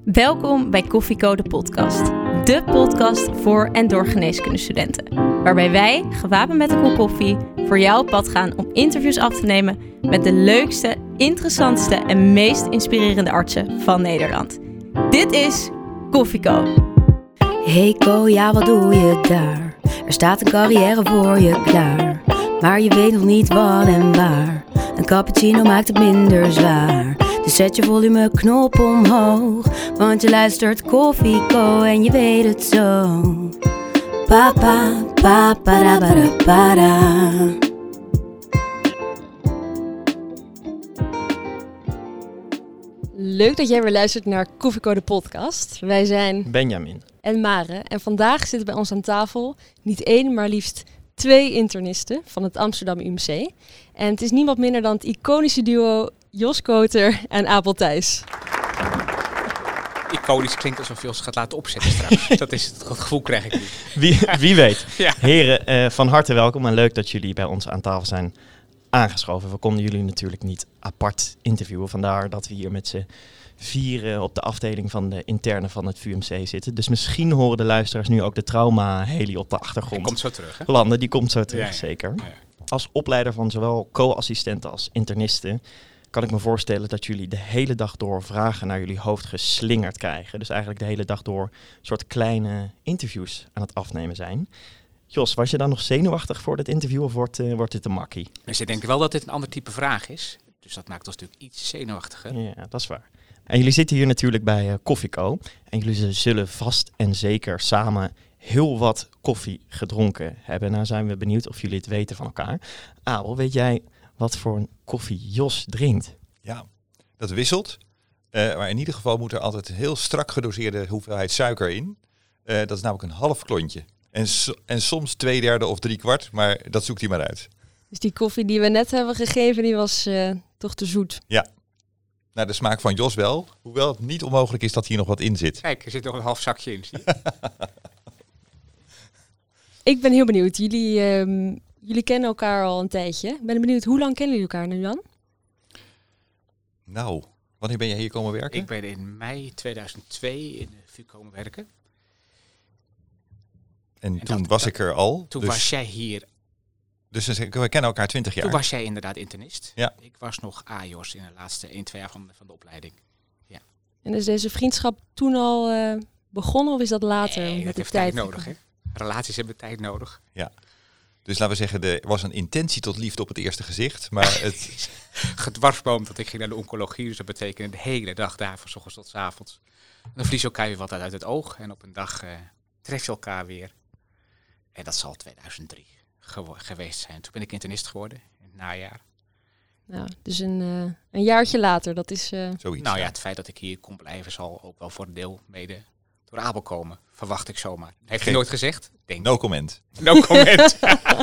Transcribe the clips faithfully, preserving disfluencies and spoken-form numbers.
Welkom bij Koffieco de podcast. De podcast voor en door geneeskundestudenten. Waarbij wij, gewapend met een kop koffie, voor jou op pad gaan om interviews af te nemen met de leukste, interessantste en meest inspirerende artsen van Nederland. Dit is Koffieco. Hey Ko, ja wat doe je daar? Er staat een carrière voor je klaar. Maar je weet nog niet wat en waar. Een cappuccino maakt het minder zwaar. Dus zet je volumeknop omhoog. Want je luistert Koffieco en je weet het zo. Papa, papa, para, para, para. Leuk dat jij weer luistert naar Koffieco de podcast. Wij zijn Benjamin en Mare. En vandaag zitten bij ons aan tafel niet één, maar liefst twee internisten van het Amsterdam U M C. En het is niemand minder dan het iconische duo Jos Koter en Abel Thijs. Iconisch klinkt alsof je ons gaat laten opzetten straks. Dat is het, dat gevoel krijg ik nu. Wie, wie weet. Ja. Heren, uh, van harte welkom en leuk dat jullie bij ons aan tafel zijn aangeschoven. We konden jullie natuurlijk niet apart interviewen. Vandaar dat we hier met z'n vieren op de afdeling van de interne van het V U M C zitten. Dus misschien horen de luisteraars nu ook de trauma-heli op de achtergrond. Die komt zo terug, hè? Landen, die komt zo terug, Ja, ja. zeker. Ja, ja. Als opleider van zowel co-assistenten als internisten kan ik me voorstellen dat jullie de hele dag door vragen naar jullie hoofd geslingerd krijgen. Dus eigenlijk de hele dag door een soort kleine interviews aan het afnemen zijn. Jos, was je dan nog zenuwachtig voor dit interview of wordt, uh, wordt dit een makkie? Dus ik denk wel dat dit een ander type vraag is. Dus dat maakt ons natuurlijk iets zenuwachtiger. Ja, dat is waar. En jullie zitten hier natuurlijk bij uh, Koffieco. En jullie zullen vast en zeker samen heel wat koffie gedronken hebben. Nou zijn we benieuwd of jullie het weten van elkaar. Abel, weet jij wat voor een koffie Jos drinkt? Ja, dat wisselt. Uh, maar in ieder geval moet er altijd een heel strak gedoseerde hoeveelheid suiker in. Uh, dat is namelijk een half klontje. En, so- en soms twee derde of drie kwart, maar dat zoekt hij maar uit. Dus die koffie die we net hebben gegeven, die was uh, toch te zoet. Ja, naar de smaak van Jos wel. Hoewel het niet onmogelijk is dat hier nog wat in zit. Kijk, er zit nog een half zakje in. Zie je? Ik ben heel benieuwd. Jullie, um, jullie kennen elkaar al een tijdje. Ik ben benieuwd, hoe lang kennen jullie elkaar nu dan? Nou, wanneer ben jij hier komen werken? Ik ben in mei tweeduizend twee in de V U komen werken. En, en toen dat, was dat, ik er al. Toen dus, was jij hier. Dus we kennen elkaar twintig jaar. Toen was jij inderdaad internist. Ja. Ik was nog A J O S in de laatste één, twee jaar van, van de opleiding. Ja. En is deze vriendschap toen al uh, begonnen of is dat later? Nee, met dat de heeft tijd tijd nodig, hè? Relaties hebben tijd nodig. Ja. Dus laten we zeggen, er was een intentie tot liefde op het eerste gezicht. Maar het gedwarsboomd dat ik ging naar de oncologie. Dus dat betekende de hele dag daar, van 's ochtends tot 's avonds. En dan verlies je elkaar weer wat uit het oog. En op een dag uh, tref je elkaar weer. En dat zal tweeduizend drie gewo- geweest zijn. Toen ben ik internist geworden, in het najaar. Nou, dus een, uh, een jaartje later, dat is... Uh... zoiets. Nou ja, het feit dat ik hier kon blijven zal ook wel voor een deel mede door Abel komen. Verwacht ik zomaar. Heeft hij Geen- nooit gezegd? Denk No comment. No comment.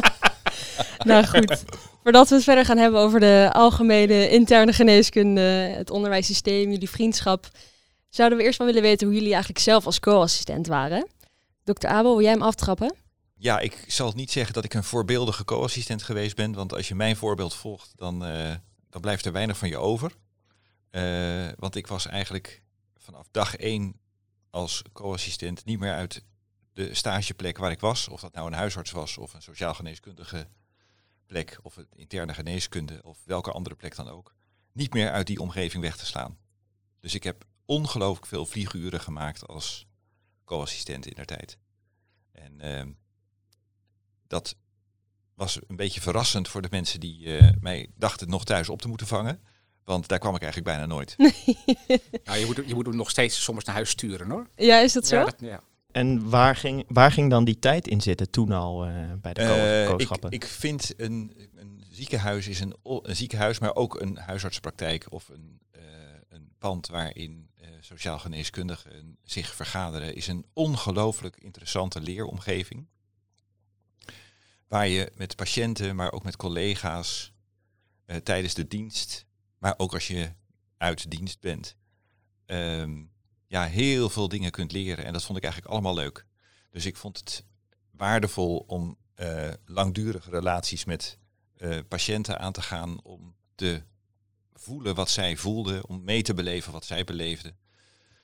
Nou goed, voordat we het verder gaan hebben over de algemene interne geneeskunde, het onderwijssysteem, jullie vriendschap, zouden we eerst wel willen weten hoe jullie eigenlijk zelf als co-assistent waren. dokter Abel, wil jij hem aftrappen? Ja, ik zal niet zeggen dat ik een voorbeeldige co-assistent geweest ben. Want als je mijn voorbeeld volgt, dan, uh, dan blijft er weinig van je over. Uh, want ik was eigenlijk vanaf dag één als co-assistent niet meer uit de stageplek waar ik was. Of dat nou een huisarts was of een sociaal-geneeskundige plek of een interne geneeskunde of welke andere plek dan ook. Niet meer uit die omgeving weg te slaan. Dus ik heb ongelooflijk veel vlieguren gemaakt als co-assistent in der tijd. En uh, dat was een beetje verrassend voor de mensen die uh, mij dachten nog thuis op te moeten vangen. Want daar kwam ik eigenlijk bijna nooit. Nou, je, moet, je moet hem nog steeds soms naar huis sturen, hoor. Ja, is dat zo? Ja, dat, ja. En waar ging, waar ging dan die tijd in zitten toen al uh, bij de Uh, co- co-schappen? ik, ik vind een, een ziekenhuis is een, een ziekenhuis, maar ook een huisartsenpraktijk of een, uh, een pand waarin uh, sociaal geneeskundigen zich vergaderen, is een ongelooflijk interessante leeromgeving. Waar je met patiënten, maar ook met collega's uh, tijdens de dienst, maar ook als je uit dienst bent, um, ja, heel veel dingen kunt leren. En dat vond ik eigenlijk allemaal leuk. Dus ik vond het waardevol om uh, langdurige relaties met uh, patiënten aan te gaan, om te voelen wat zij voelden, om mee te beleven wat zij beleefden.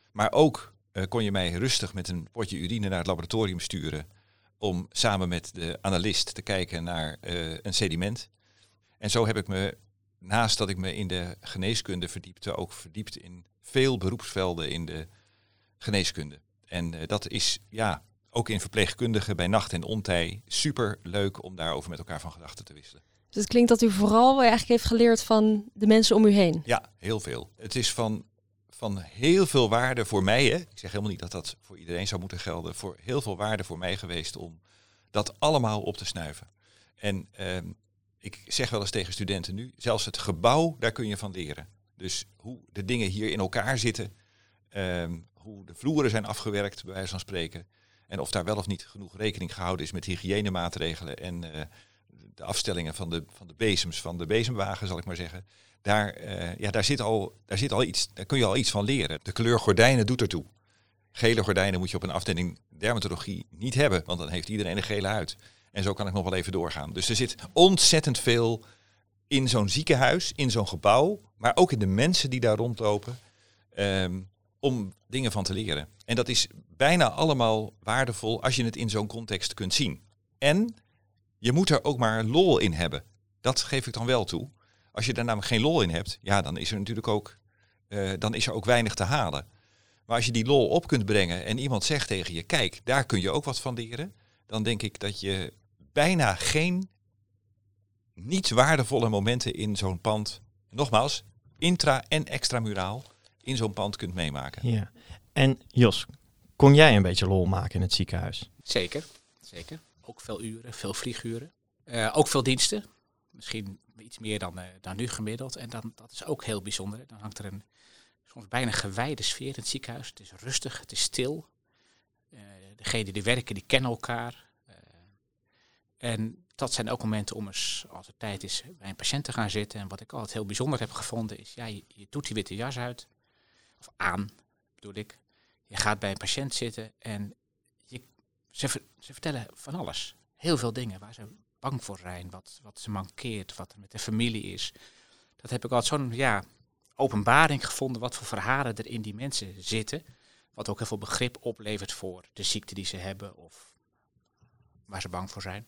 Maar ook uh, kon je mij rustig met een potje urine naar het laboratorium sturen om samen met de analist te kijken naar uh, een sediment. En zo heb ik me, naast dat ik me in de geneeskunde verdiepte, ook verdiept in veel beroepsvelden in de geneeskunde. En uh, dat is ja ook in verpleegkundigen bij nacht en ontij super leuk om daarover met elkaar van gedachten te wisselen. Dus het klinkt dat u vooral eigenlijk heeft geleerd van de mensen om u heen. Ja, heel veel. Het is van, van heel veel waarde voor mij. Hè? Ik zeg helemaal niet dat dat voor iedereen zou moeten gelden. Voor heel veel waarde voor mij geweest om dat allemaal op te snuiven. En uh, ik zeg wel eens tegen studenten nu, zelfs het gebouw, daar kun je van leren. Dus hoe de dingen hier in elkaar zitten, uh, hoe de vloeren zijn afgewerkt, bij wijze van spreken. En of daar wel of niet genoeg rekening gehouden is met hygiënemaatregelen en uh, de afstellingen van de, van de bezems, van de bezemwagen, zal ik maar zeggen. Daar, uh, ja, daar, zit al, daar, zit al iets, daar kun je al iets van leren. De kleur gordijnen doet ertoe. Gele gordijnen moet je op een afdeling dermatologie niet hebben, want dan heeft iedereen een gele huid. En zo kan ik nog wel even doorgaan. Dus er zit ontzettend veel in zo'n ziekenhuis, in zo'n gebouw, maar ook in de mensen die daar rondlopen, um, om dingen van te leren. En dat is bijna allemaal waardevol als je het in zo'n context kunt zien. En je moet er ook maar lol in hebben. Dat geef ik dan wel toe. Als je daar namelijk geen lol in hebt, ja, dan is er natuurlijk ook, uh, dan is er ook weinig te halen. Maar als je die lol op kunt brengen en iemand zegt tegen je, kijk, daar kun je ook wat van leren, dan denk ik dat je bijna geen niet waardevolle momenten in zo'n pand, nogmaals, intra- en extramuraal, in zo'n pand kunt meemaken. Ja. En Jos, kon jij een beetje lol maken in het ziekenhuis? Zeker, zeker. Ook veel uren, veel vlieguren. Uh, ook veel diensten. Misschien iets meer dan, uh, dan nu gemiddeld. En dan, dat is ook heel bijzonder. Dan hangt er een soms bijna gewijde sfeer in het ziekenhuis. Het is rustig, het is stil. Uh, degenen die werken, die kennen elkaar. Uh, en dat zijn ook momenten om eens, als het tijd is, bij een patiënt te gaan zitten. En wat ik altijd heel bijzonder heb gevonden is, ja, je, je doet die witte jas uit. Of aan, bedoel ik. Je gaat bij een patiënt zitten en je, ze, ze vertellen van alles. Heel veel dingen waar ze bang voor zijn, wat, wat ze mankeert, wat er met de familie is. Dat heb ik altijd zo'n ja, openbaring gevonden, wat voor verhalen er in die mensen zitten. Wat ook heel veel begrip oplevert voor de ziekte die ze hebben of waar ze bang voor zijn.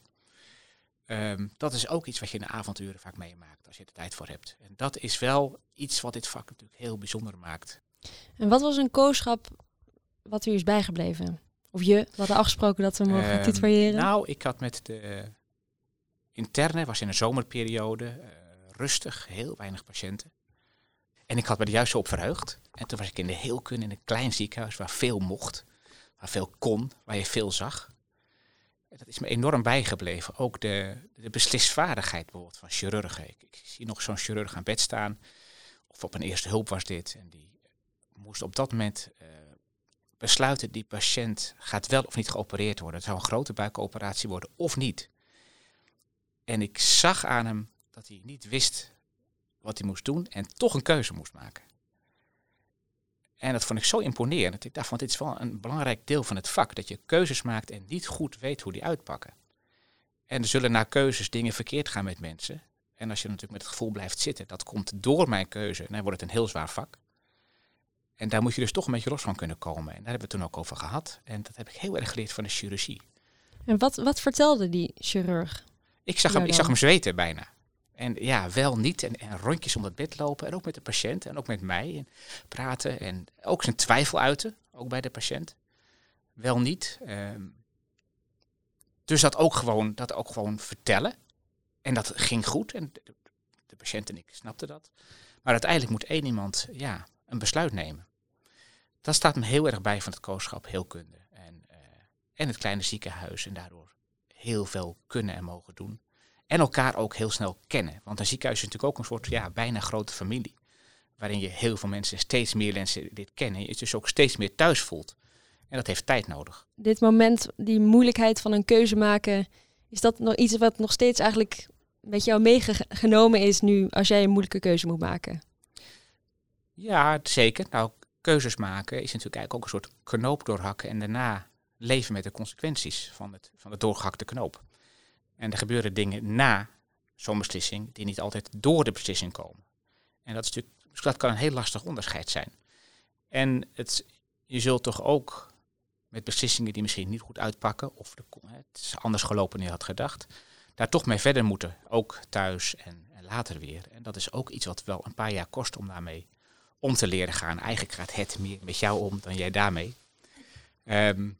Um, dat is ook iets wat je in de avonturen vaak meemaakt als je er tijd voor hebt. En dat is wel iets wat dit vak natuurlijk heel bijzonder maakt. En wat was een kooschap wat u is bijgebleven? Of je, we hadden afgesproken dat we mogen um, tutoyeren. Nou, ik had met de uh, interne, was in een zomerperiode, uh, rustig, heel weinig patiënten. En ik had me er juist zo op verheugd. En toen was ik in de heelkunde in een klein ziekenhuis waar veel mocht, waar veel kon, waar je veel zag. En dat is me enorm bijgebleven. Ook de, de beslisvaardigheid bijvoorbeeld van chirurgen. Ik, ik zie nog zo'n chirurg aan bed staan, of op een eerste hulp was dit, en die moest op dat moment uh, besluiten, die patiënt gaat wel of niet geopereerd worden. Het zou een grote buikoperatie worden of niet. En ik zag aan hem dat hij niet wist wat hij moest doen en toch een keuze moest maken. En dat vond ik zo imponerend. Ik dacht van, dit is wel een belangrijk deel van het vak, dat je keuzes maakt en niet goed weet hoe die uitpakken. En er zullen na keuzes dingen verkeerd gaan met mensen. En als je natuurlijk met het gevoel blijft zitten, dat komt door mijn keuze, dan wordt het een heel zwaar vak. En daar moet je dus toch een beetje los van kunnen komen. En daar hebben we het toen ook over gehad. En dat heb ik heel erg geleerd van de chirurgie. En wat, wat vertelde die chirurg? Ik zag, hem, ik zag hem zweten bijna. En ja, wel niet. En, en rondjes om het bed lopen. En ook met de patiënt. En ook met mij. En praten. En ook zijn twijfel uiten. Ook bij de patiënt. Wel niet. Um, dus dat ook, gewoon, dat ook gewoon vertellen. En dat ging goed. En de, de patiënt en ik snapten dat. Maar uiteindelijk moet één iemand ja, een besluit nemen. Dat staat me heel erg bij van het kooschap heelkunde. En, uh, en het kleine ziekenhuis. En daardoor heel veel kunnen en mogen doen. En elkaar ook heel snel kennen. Want een ziekenhuis is natuurlijk ook een soort ja, bijna grote familie. Waarin je heel veel mensen, steeds meer mensen dit kennen. Je dus ook steeds meer thuis voelt. En dat heeft tijd nodig. Dit moment, die moeilijkheid van een keuze maken. Is dat nog iets wat nog steeds eigenlijk met jou meegenomen is nu als jij een moeilijke keuze moet maken? Ja, zeker. Nou, keuzes maken is natuurlijk eigenlijk ook een soort knoop doorhakken. En daarna leven met de consequenties van het, van het doorgehakte knoop. En er gebeuren dingen na zo'n beslissing die niet altijd door de beslissing komen. En dat, is natuurlijk, dat kan een heel lastig onderscheid zijn. En het je zult toch ook met beslissingen die misschien niet goed uitpakken, of de, het is anders gelopen dan je had gedacht, daar toch mee verder moeten. Ook thuis en, en later weer. En dat is ook iets wat wel een paar jaar kost om daarmee om te leren gaan. Eigenlijk gaat het meer met jou om dan jij daarmee. Um,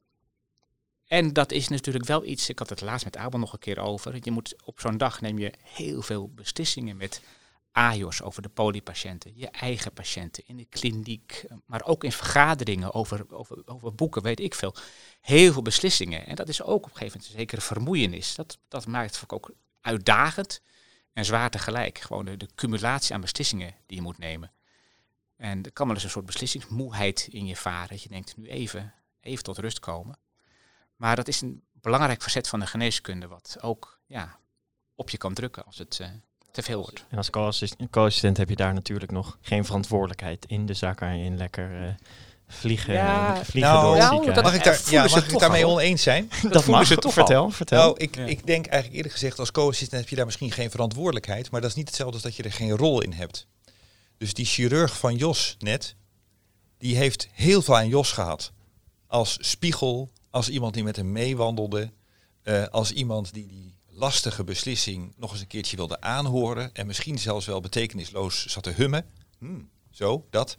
en dat is natuurlijk wel iets, ik had het laatst met Abel nog een keer over. Je moet op zo'n dag neem je heel veel beslissingen met A J O S over de polypatiënten, je eigen patiënten, in de kliniek, maar ook in vergaderingen over, over, over boeken, weet ik veel. Heel veel beslissingen. En dat is ook op een gegeven moment een zekere vermoeienis. Dat, dat maakt het ook uitdagend en zwaar tegelijk. Gewoon de, de cumulatie aan beslissingen die je moet nemen. En er kan wel eens een soort beslissingsmoeheid in je varen. Dat je denkt, nu even, even tot rust komen. Maar dat is een belangrijk facet van de geneeskunde, wat ook ja, op je kan drukken als het uh, te veel wordt. En als co-assistent, co-assistent heb je daar natuurlijk nog geen verantwoordelijkheid in. Dus daar kan je in lekker uh, vliegen, Ja. vliegen Nou, door het nou, ziekenhuis. dat- Mag ik, daar, voelen ja, ze mag ik toch daarmee al. oneens zijn? Dat voelen mag. ze toch vertel, al. vertel. Nou, ik, Ja. ik denk eigenlijk eerlijk gezegd, als co-assistent heb je daar misschien geen verantwoordelijkheid, maar dat is niet hetzelfde als dat je er geen rol in hebt. Dus die chirurg van Jos net, die heeft heel veel aan Jos gehad. Als spiegel, als iemand die met hem meewandelde, uh, als iemand die die lastige beslissing nog eens een keertje wilde aanhoren en misschien zelfs wel betekenisloos zat te hummen. Hmm, zo, dat.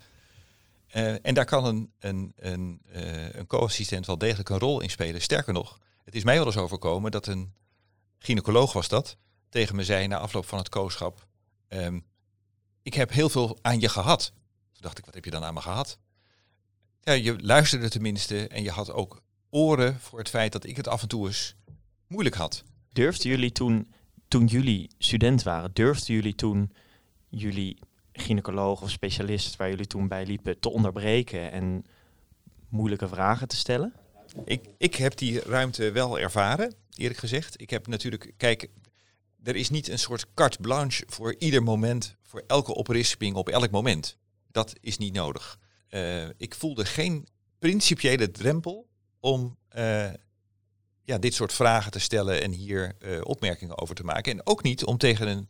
Uh, en daar kan een, een, een, uh, een co-assistent wel degelijk een rol in spelen. Sterker nog, het is mij wel eens overkomen dat een gynaecoloog was dat, tegen me zei na afloop van het co-schap, um, ik heb heel veel aan je gehad. Toen dacht ik, wat heb je dan aan me gehad? Ja, je luisterde tenminste en je had ook oren voor het feit dat ik het af en toe eens moeilijk had. Durfden jullie toen, toen jullie student waren, durfden jullie toen jullie gynaecoloog of specialist waar jullie toen bij liepen te onderbreken en moeilijke vragen te stellen? Ik, ik heb die ruimte wel ervaren, eerlijk gezegd. Ik heb natuurlijk, kijk, er is niet een soort carte blanche voor ieder moment, voor elke oprisping op elk moment. Dat is niet nodig. Uh, ik voelde geen principiële drempel om uh, ja, dit soort vragen te stellen en hier uh, opmerkingen over te maken. En ook niet om tegen een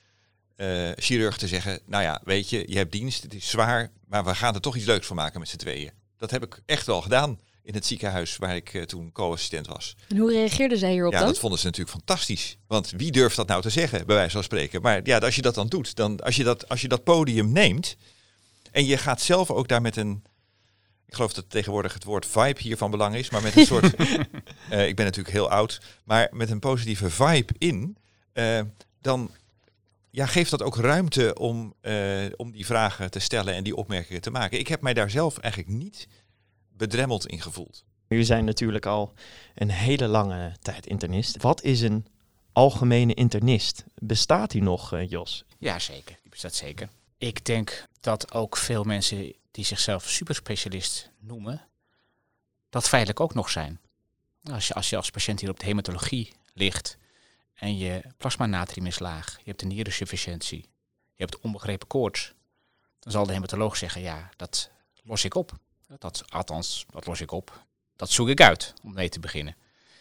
uh, chirurg te zeggen, nou ja, weet je, je hebt dienst, het is zwaar, maar we gaan er toch iets leuks van maken met z'n tweeën. Dat heb ik echt wel gedaan in het ziekenhuis waar ik uh, toen co-assistent was. En hoe reageerden zij hierop Ja, dan? dat vonden ze natuurlijk fantastisch. Want wie durft dat nou te zeggen, bij wijze van spreken? Maar ja, als je dat dan doet, dan als je dat, als je dat podium neemt en je gaat zelf ook daar met een, ik geloof dat tegenwoordig het woord vibe hier van belang is, maar met een soort, uh, ik ben natuurlijk heel oud, maar met een positieve vibe in, uh, dan ja, geeft dat ook ruimte om, uh, om die vragen te stellen en die opmerkingen te maken. Ik heb mij daar zelf eigenlijk niet bedremmeld in gevoeld. Jullie zijn natuurlijk al een hele lange tijd internist. Wat is een algemene internist? Bestaat die nog, uh, Jos? Ja, zeker. Die bestaat zeker. Ik denk dat ook veel mensen die zichzelf superspecialist noemen, dat feitelijk ook nog zijn. Als je als, je als patiënt hier op de hematologie ligt en je plasmanatrium is laag, je hebt een nierensufficiëntie, je hebt onbegrepen koorts, dan zal de hematoloog zeggen, ja, dat los ik op. Dat, althans, dat los ik op. Dat zoek ik uit, om mee te beginnen.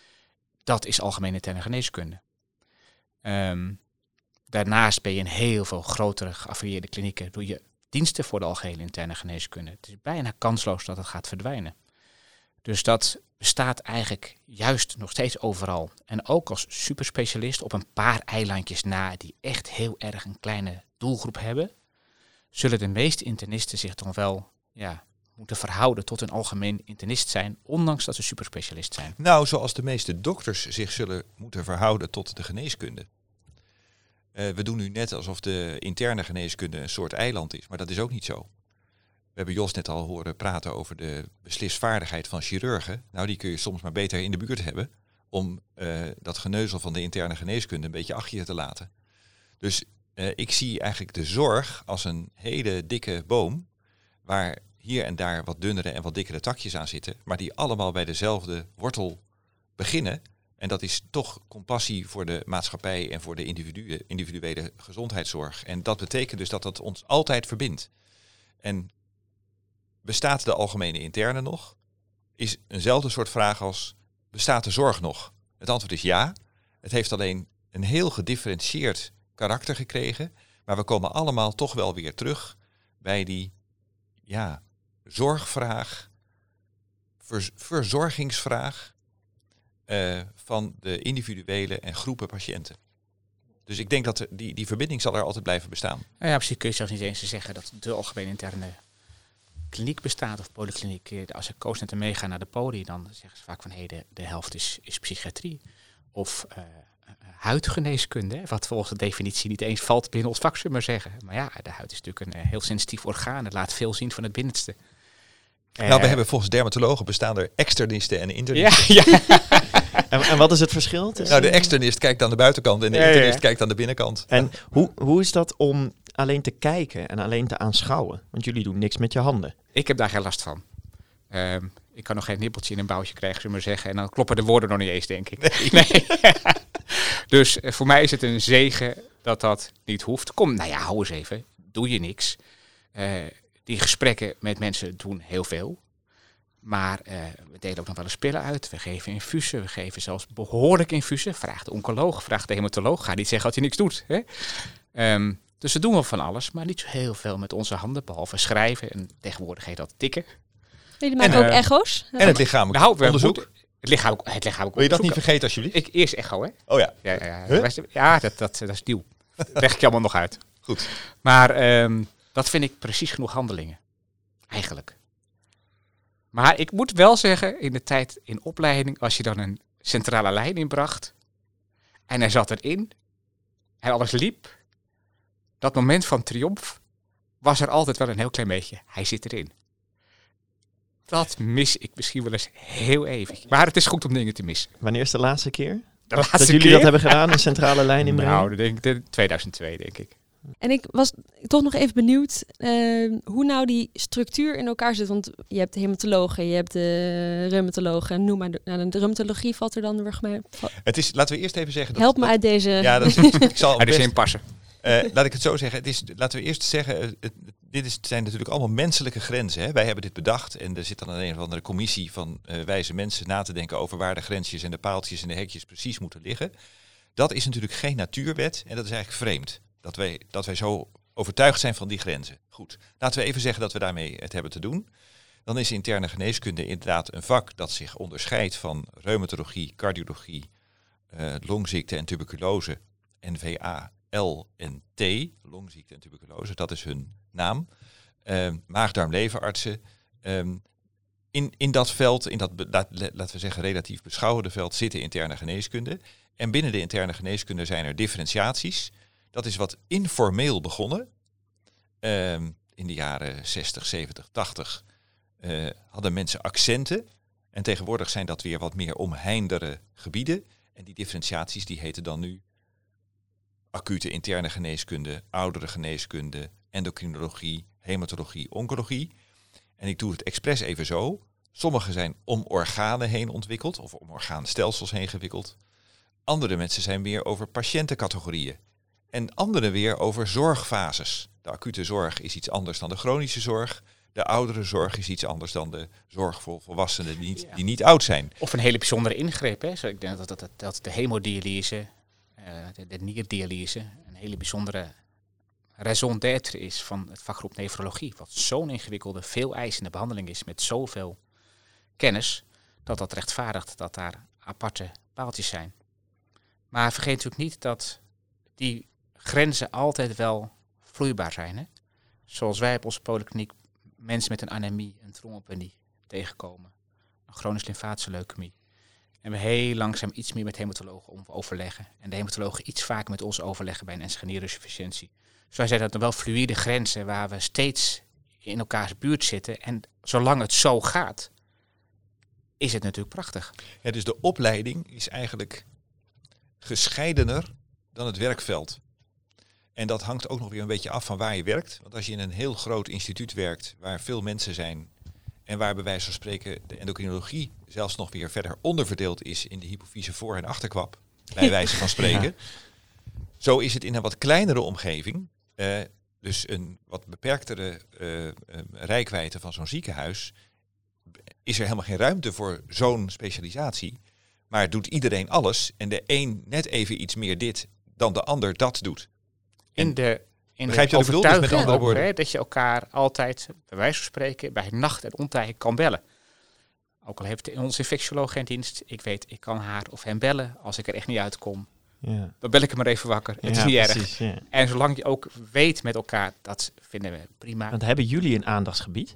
Dat is algemene interne geneeskunde. Um, daarnaast ben je in heel veel grotere geaffilieerde klinieken, doe je diensten voor de algehele interne geneeskunde. Het is bijna kansloos dat het gaat verdwijnen. Dus dat bestaat eigenlijk juist nog steeds overal. En ook als superspecialist op een paar eilandjes na die echt heel erg een kleine doelgroep hebben, zullen de meeste internisten zich dan wel ja, moeten verhouden tot een algemeen internist zijn, ondanks dat ze superspecialist zijn. Nou, zoals de meeste dokters zich zullen moeten verhouden tot de geneeskunde. Uh, we doen nu net alsof de interne geneeskunde een soort eiland is, maar dat is ook niet zo. We hebben Jos net al horen praten over de beslisvaardigheid van chirurgen. Nou, die kun je soms maar beter in de buurt hebben om uh, dat geneuzel van de interne geneeskunde een beetje achter je te laten. Dus uh, ik zie eigenlijk de zorg als een hele dikke boom, waar hier en daar wat dunnere en wat dikkere takjes aan zitten, maar die allemaal bij dezelfde wortel beginnen. En dat is toch compassie voor de maatschappij en voor de individuen, individuele gezondheidszorg. En dat betekent dus dat dat ons altijd verbindt. En bestaat de algemene interne nog? Is eenzelfde soort vraag als, bestaat de zorg nog? Het antwoord is ja. Het heeft alleen een heel gedifferentieerd karakter gekregen. Maar we komen allemaal toch wel weer terug bij die ja, zorgvraag ver, verzorgingsvraag uh, van de individuele en groepen patiënten. Dus ik denk dat die, die verbinding zal er altijd blijven bestaan. Nou ja, misschien kun je zelfs niet eens zeggen dat de algemene interne kliniek bestaat of polykliniek. Als ik co-assistenten meega naar de poli, dan zeggen ze vaak van hey, de, de helft is, is psychiatrie. Of uh, huidgeneeskunde, hè, wat volgens de definitie niet eens valt binnen ons vak, zullen we maar zeggen. Maar ja, de huid is natuurlijk een uh, heel sensitief orgaan. Het laat veel zien van het binnenste. Nou, uh, we hebben volgens dermatologen bestaan er externisten en internisten. Ja, ja. en, en wat is het verschil? Tussen... Nou, de externist kijkt aan de buitenkant en de ja, internist ja, ja. kijkt aan de binnenkant. En hoe, hoe is dat om alleen te kijken en alleen te aanschouwen? Want jullie doen niks met je handen. Ik heb daar geen last van. Um, ik kan nog geen nippeltje in een boutje krijgen, zullen we maar zeggen. En dan kloppen de woorden nog niet eens, denk ik. Nee. nee. Dus uh, voor mij is het een zegen dat dat niet hoeft. Kom, nou ja, hou eens even. Doe je niks. Uh, die gesprekken met mensen doen heel veel. Maar uh, we delen ook nog wel eens pillen uit. We geven infusen. We geven zelfs behoorlijk infusen. Vraag de oncoloog, vraag de hematoloog. Ga niet zeggen dat hij niks doet. Hè? Um, dus we doen wel van alles, maar niet zo heel veel met onze handen. Behalve schrijven en tegenwoordig heet dat tikken. Jullie maken en, ook uh, echo's? En het lichamelijk nou, onderzoek. Moeten, het lichamelijk, het lichamelijk Wil je dat onderzoek. niet vergeten alsjeblieft? Ik, eerst echo, hè? Oh ja. Ja, ja, Huh? ja, ja dat, dat, dat is nieuw. Dat leg ik je allemaal nog uit. Goed. Maar um, dat vind ik precies genoeg handelingen. Eigenlijk. Maar ik moet wel zeggen, in de tijd in opleiding, als je dan een centrale lijn inbracht en hij zat erin en alles liep, dat moment van triomf was er altijd wel een heel klein beetje. Hij zit erin. Dat mis ik misschien wel eens heel even. Maar het is goed om dingen te missen. Wanneer is de laatste keer De laatste dat jullie keer? dat hebben gedaan, een centrale lijn inbrengen? Nou, dat denk ik tweeduizend twee, denk ik. En ik was toch nog even benieuwd uh, hoe nou die structuur in elkaar zit. Want je hebt de hematologen, je hebt de reumatologen. Noem maar, de, nou, de reumatologie valt er dan weer mee. Het is, laten we eerst even zeggen... Dat, Help me dat, uit deze... Ja, dat is, ik zal Hij is best, inpassen. uh, laat ik het zo zeggen. Het is, laten we eerst zeggen, het, het, dit is, zijn natuurlijk allemaal menselijke grenzen. Hè? Wij hebben dit bedacht en er zit dan een of andere commissie van uh, wijze mensen na te denken over waar de grensjes en de paaltjes en de hekjes precies moeten liggen. Dat is natuurlijk geen natuurwet en dat is eigenlijk vreemd. Dat wij, dat wij zo overtuigd zijn van die grenzen. Goed, laten we even zeggen dat we daarmee het hebben te doen. Dan is interne geneeskunde inderdaad een vak dat zich onderscheidt van reumatologie, cardiologie, uh, longziekte en tuberculose, N V A L en T, longziekte en tuberculose, dat is hun naam. Uh, maag-darm-leverartsen. Um, in, in dat veld, in dat, laat, laten we zeggen, relatief beschouwende veld, zitten interne geneeskunde. En binnen de interne geneeskunde zijn er differentiaties. Dat is wat informeel begonnen. Um, in de jaren zestig, zeventig, tachtig uh, hadden mensen accenten. En tegenwoordig zijn dat weer wat meer omheindere gebieden. En die differentiaties die heten dan nu acute interne geneeskunde, oudere geneeskunde, endocrinologie, hematologie, oncologie. En ik doe het expres even zo. Sommige zijn om organen heen ontwikkeld of om orgaanstelsels heen gewikkeld. Andere mensen zijn weer over patiëntencategorieën. En andere weer over zorgfases. De acute zorg is iets anders dan de chronische zorg. De oudere zorg is iets anders dan de zorg voor volwassenen die niet, die niet oud zijn. Of een hele bijzondere ingreep. Hè? Zo, ik denk dat, dat, dat, dat de hemodialyse, uh, de, de nierdialyse, een hele bijzondere raison d'être is van het vakgroep nefrologie. Wat zo'n ingewikkelde, veel eisende behandeling is met zoveel kennis, dat dat rechtvaardigt dat daar aparte paaltjes zijn. Maar vergeet natuurlijk niet dat die grenzen altijd wel vloeibaar zijn. Hè? Zoals wij op onze polykliniek mensen met een anemie, een trombopenie tegenkomen. Een chronisch lymfatische leukemie. En we heel langzaam iets meer met hematologen om overleggen. En de hematologen iets vaker met ons overleggen bij een enschenierensufficiëntie. Dus wij zijn dat dan wel fluïde grenzen waar we steeds in elkaars buurt zitten. En zolang het zo gaat, is het natuurlijk prachtig. Ja, dus de opleiding is eigenlijk gescheidener dan het werkveld. En dat hangt ook nog weer een beetje af van waar je werkt. Want als je in een heel groot instituut werkt waar veel mensen zijn en waar bij wijze van spreken de endocrinologie zelfs nog weer verder onderverdeeld is in de hypofyse voor- en achterkwap, bij wijze van spreken. Ja. Zo is het in een wat kleinere omgeving, uh, dus een wat beperktere uh, uh, reikwijdte van zo'n ziekenhuis, is er helemaal geen ruimte voor zo'n specialisatie. Maar doet iedereen alles en de een net even iets meer dit dan de ander dat doet. In de, in Begrijp de je wat ik bedoel? Dus met andere ook, woorden. Hè, dat je elkaar altijd, bij wijze van spreken, bij nacht en ontij kan bellen. Ook al heeft onze infectioloog geen dienst, ik weet, ik kan haar of hem bellen als ik er echt niet uitkom. Ja. Dan bel ik hem maar even wakker. Het Ja, is niet precies, erg. ja. En zolang je ook weet met elkaar, dat vinden we prima. Want hebben jullie een aandachtsgebied?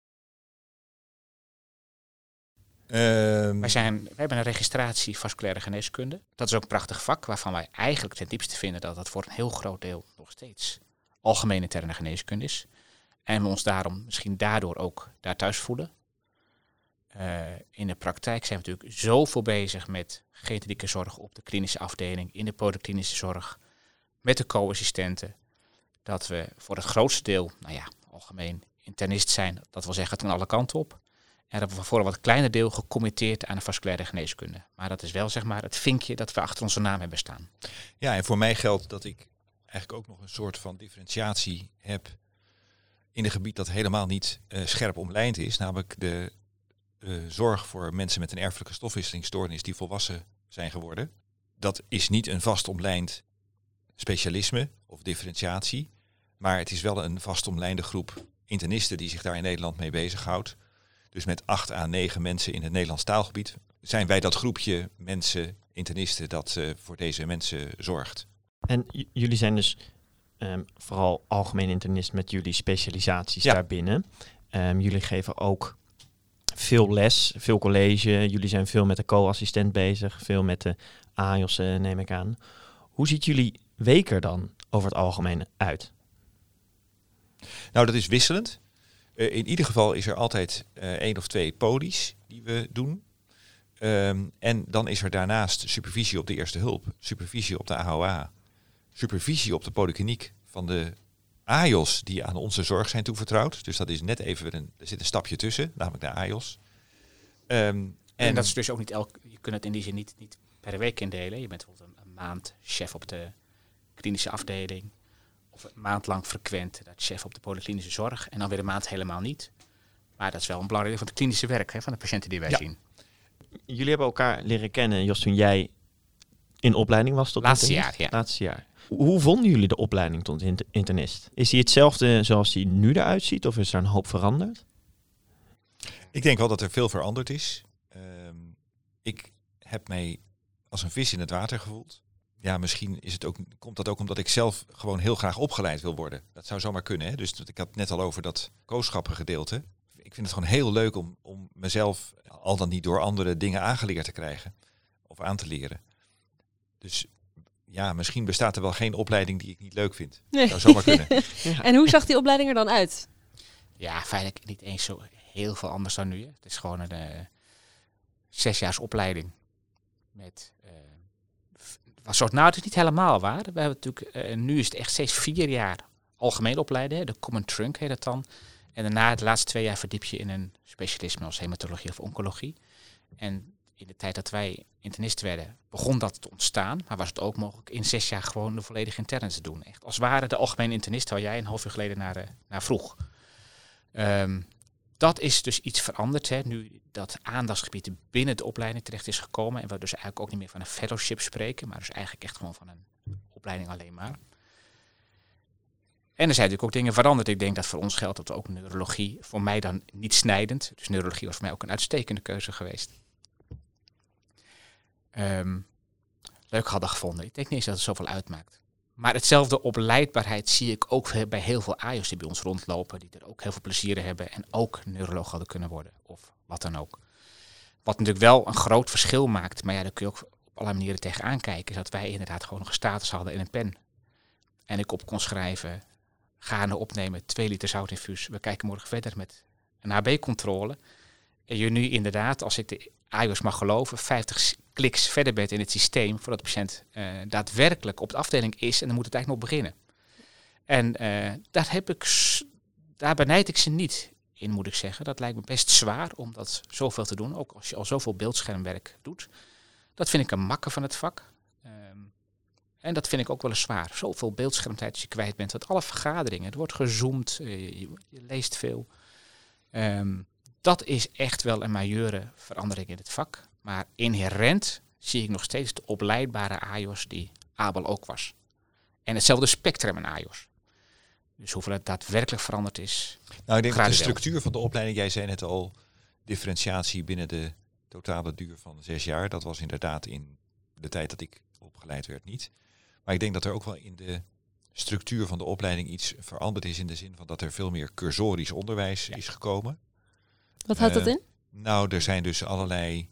Ehm, Wij, zijn, wij hebben een registratie vasculaire geneeskunde. Dat is ook een prachtig vak waarvan wij eigenlijk ten diepste vinden dat dat voor een heel groot deel nog steeds algemene interne geneeskunde is. En we ons daarom misschien daardoor ook daar thuis voelen. Uh, in de praktijk zijn we natuurlijk zoveel bezig met generieke zorg op de klinische afdeling, in de polyklinische zorg, met de co-assistenten, dat we voor het grootste deel, nou ja, algemeen internist zijn. Dat wil zeggen, het kan alle kanten op. En dat we voor een wat kleiner deel gecommitteerd aan de vasculaire geneeskunde. Maar dat is wel zeg maar het vinkje dat we achter onze naam hebben staan. Ja, en voor mij geldt dat ik eigenlijk ook nog een soort van differentiatie heb in een gebied dat helemaal niet uh, scherp omlijnd is. Namelijk de uh, zorg voor mensen met een erfelijke stofwisselingsstoornis die volwassen zijn geworden. Dat is niet een vast omlijnd specialisme of differentiatie. Maar het is wel een vast omlijnde groep internisten die zich daar in Nederland mee bezighoudt. Dus met acht à negen mensen in het Nederlands taalgebied zijn wij dat groepje mensen, internisten, dat uh, voor deze mensen zorgt. En j- jullie zijn dus um, vooral algemeen internist met jullie specialisaties Ja. daarbinnen. Um, jullie geven ook veel les, veel college. Jullie zijn veel met de co-assistent bezig, veel met de A I O S, uh, neem ik aan. Hoe ziet jullie week er dan over het algemeen uit? Nou, dat is wisselend. Uh, in ieder geval is er altijd uh, één of twee polies die we doen. Um, en dan is er daarnaast supervisie op de eerste hulp, supervisie op de A O A, supervisie op de polykliniek van de A I O S die aan onze zorg zijn toevertrouwd. Dus dat is net even, een, er zit een stapje tussen, namelijk de A I O S. Um, En, en dat is dus ook niet elk. Je kunt het in die zin niet, niet per week indelen. Je bent bijvoorbeeld een, een maand chef op de klinische afdeling. Of een maand lang frequent dat chef op de polyklinische zorg. En dan weer een maand helemaal niet. Maar dat is wel een belangrijk deel van het klinische werk, hè, van de patiënten die wij Ja. zien. Jullie hebben elkaar leren kennen, Jos, toen jij in opleiding was tot Laatste internist? jaar, ja. Laatste jaar. Hoe vonden jullie de opleiding tot inter- internist? Is die hetzelfde zoals die nu eruit ziet of is er een hoop veranderd? ik denk wel dat er veel veranderd is. Um, ik heb mij als een vis in het water gevoeld. Ja, misschien is het ook, komt dat ook omdat ik zelf gewoon heel graag opgeleid wil worden. Dat zou zomaar kunnen. Hè? Dus ik had het net al over dat koosschappengedeelte. Ik vind het gewoon heel leuk om, om mezelf al dan niet door andere dingen aangeleerd te krijgen. Of aan te leren. Dus ja, misschien bestaat er wel geen opleiding die ik niet leuk vind. Nee. Zou zomaar kunnen. Ja. En hoe zag die opleiding er dan uit? Ja, feitelijk niet eens zo heel veel anders dan nu. Hè. Het is gewoon een uh, zesjaars opleiding. Met, uh, was soort, nou, het is niet helemaal waar. We hebben natuurlijk, uh, nu is het echt steeds vier jaar algemeen opleiden. Hè. De Common Trunk heet het dan. En daarna de laatste twee jaar verdiep je in een specialisme als hematologie of oncologie. En in de tijd dat wij internist werden, begon dat te ontstaan. Maar was het ook mogelijk in zes jaar gewoon de volledige interne te doen. Echt als ware de algemene internist waar jij een half uur geleden naar, uh, naar vroeg. Um, dat is dus iets veranderd. Hè. Nu dat aandachtsgebied binnen de opleiding terecht is gekomen. En we dus eigenlijk ook niet meer van een fellowship spreken. Maar dus eigenlijk echt gewoon van een opleiding alleen maar. En er zijn natuurlijk ook dingen veranderd. Ik denk dat voor ons geldt dat ook neurologie, voor mij dan niet snijdend. Dus neurologie was voor mij ook een uitstekende keuze geweest. Um, leuk hadden gevonden. Ik denk niet eens dat het zoveel uitmaakt. Maar hetzelfde opleidbaarheid zie ik ook bij heel veel A I O's die bij ons rondlopen. Die er ook heel veel plezier in hebben en ook neuroloog hadden kunnen worden. Of wat dan ook. Wat natuurlijk wel een groot verschil maakt. Maar ja, daar kun je ook op allerlei manieren tegenaan kijken. Is dat wij inderdaad gewoon nog een status hadden en een pen. En ik op kon schrijven, gaande opnemen, twee liter zoutinfuus. We kijken morgen verder met een H B-controle. En je nu inderdaad, als ik de A I O's mag geloven, vijftig kliks verder bent in het systeem voordat de patiënt uh, daadwerkelijk op de afdeling is en dan moet het eigenlijk nog beginnen. En uh, daar, heb ik, daar benijd ik ze niet in, moet ik zeggen. Dat lijkt me best zwaar om dat zoveel te doen, ook als je al zoveel beeldschermwerk doet. Dat vind ik een makke van het vak. Um, en dat vind ik ook wel eens zwaar. Zoveel beeldschermtijd als je kwijt bent. Want alle vergaderingen, er wordt gezoomd, uh, je, je leest veel. Um, Dat is echt wel een majeure verandering in het vak. Maar inherent zie ik nog steeds de opleidbare A I O's die Abel ook was. En hetzelfde spectrum aan A I O's. Dus hoeveel het daadwerkelijk veranderd is. Nou, ik denk dat de gradueel. structuur van de opleiding, jij zei net al, differentiatie binnen de totale duur van zes jaar. Dat was inderdaad in de tijd dat ik opgeleid werd niet. Maar ik denk dat er ook wel in de structuur van de opleiding iets veranderd is in de zin van dat er veel meer cursorisch onderwijs ja. is gekomen. Wat houdt uh, dat in? Nou, er zijn dus allerlei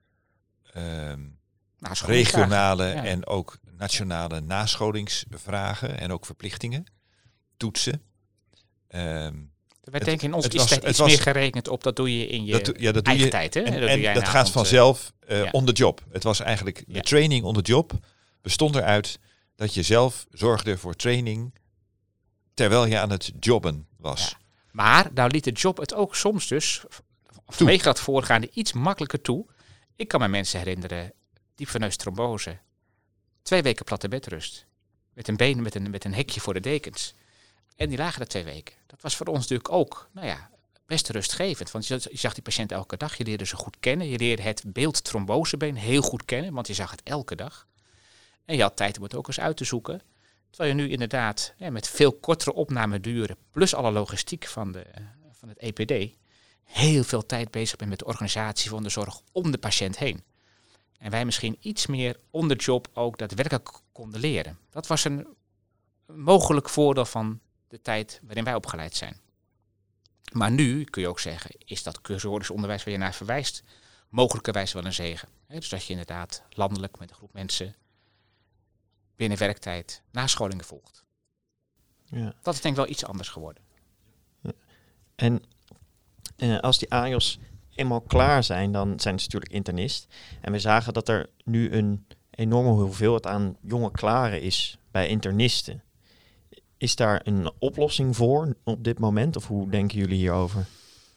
um, nou, regionale ja. en ook nationale nascholingsvragen en ook verplichtingen, toetsen. Um, Er werd denk ik in onze was, tijd iets was, meer gerekend op, dat doe je in je dat, ja, dat eigen doe je, tijd. Hè? En, dat en doe dat gaat avond, vanzelf uh, ja. on the job. Het was eigenlijk, de ja. training on the job bestond eruit dat je zelf zorgde voor training terwijl je aan het jobben was. Ja. Maar nou liet de job het ook soms dus, vanwege dat voorgaande, iets makkelijker toe. Ik kan me mensen herinneren, diepveneus trombose, twee weken platte bedrust, met een been met een, met een hekje voor de dekens. En die lagen er twee weken. Dat was voor ons natuurlijk ook, nou ja, best rustgevend. Want je zag die patiënt elke dag, je leerde ze goed kennen. Je leerde het beeld trombosebeen heel goed kennen, want je zag het elke dag. En je had tijd om het ook eens uit te zoeken. Terwijl je nu inderdaad ja, met veel kortere opnameduren, plus alle logistiek van, de, van het E P D, heel veel tijd bezig bent met de organisatie van de zorg om de patiënt heen. En wij misschien iets meer on the job ook daadwerkelijk konden leren. Dat was een mogelijk voordeel van de tijd waarin wij opgeleid zijn. Maar nu kun je ook zeggen, is dat cursorisch onderwijs waar je naar verwijst mogelijkerwijs wel een zegen. He, dus dat je inderdaad landelijk met een groep mensen binnen werktijd nascholingen volgt. Ja. Dat is denk ik wel iets anders geworden. Ja. En uh, als die A J O's eenmaal klaar zijn, dan zijn ze natuurlijk internist. En we zagen dat er nu een enorme hoeveelheid aan jonge klaren is bij internisten. Is daar een oplossing voor op dit moment? Of hoe denken jullie hierover?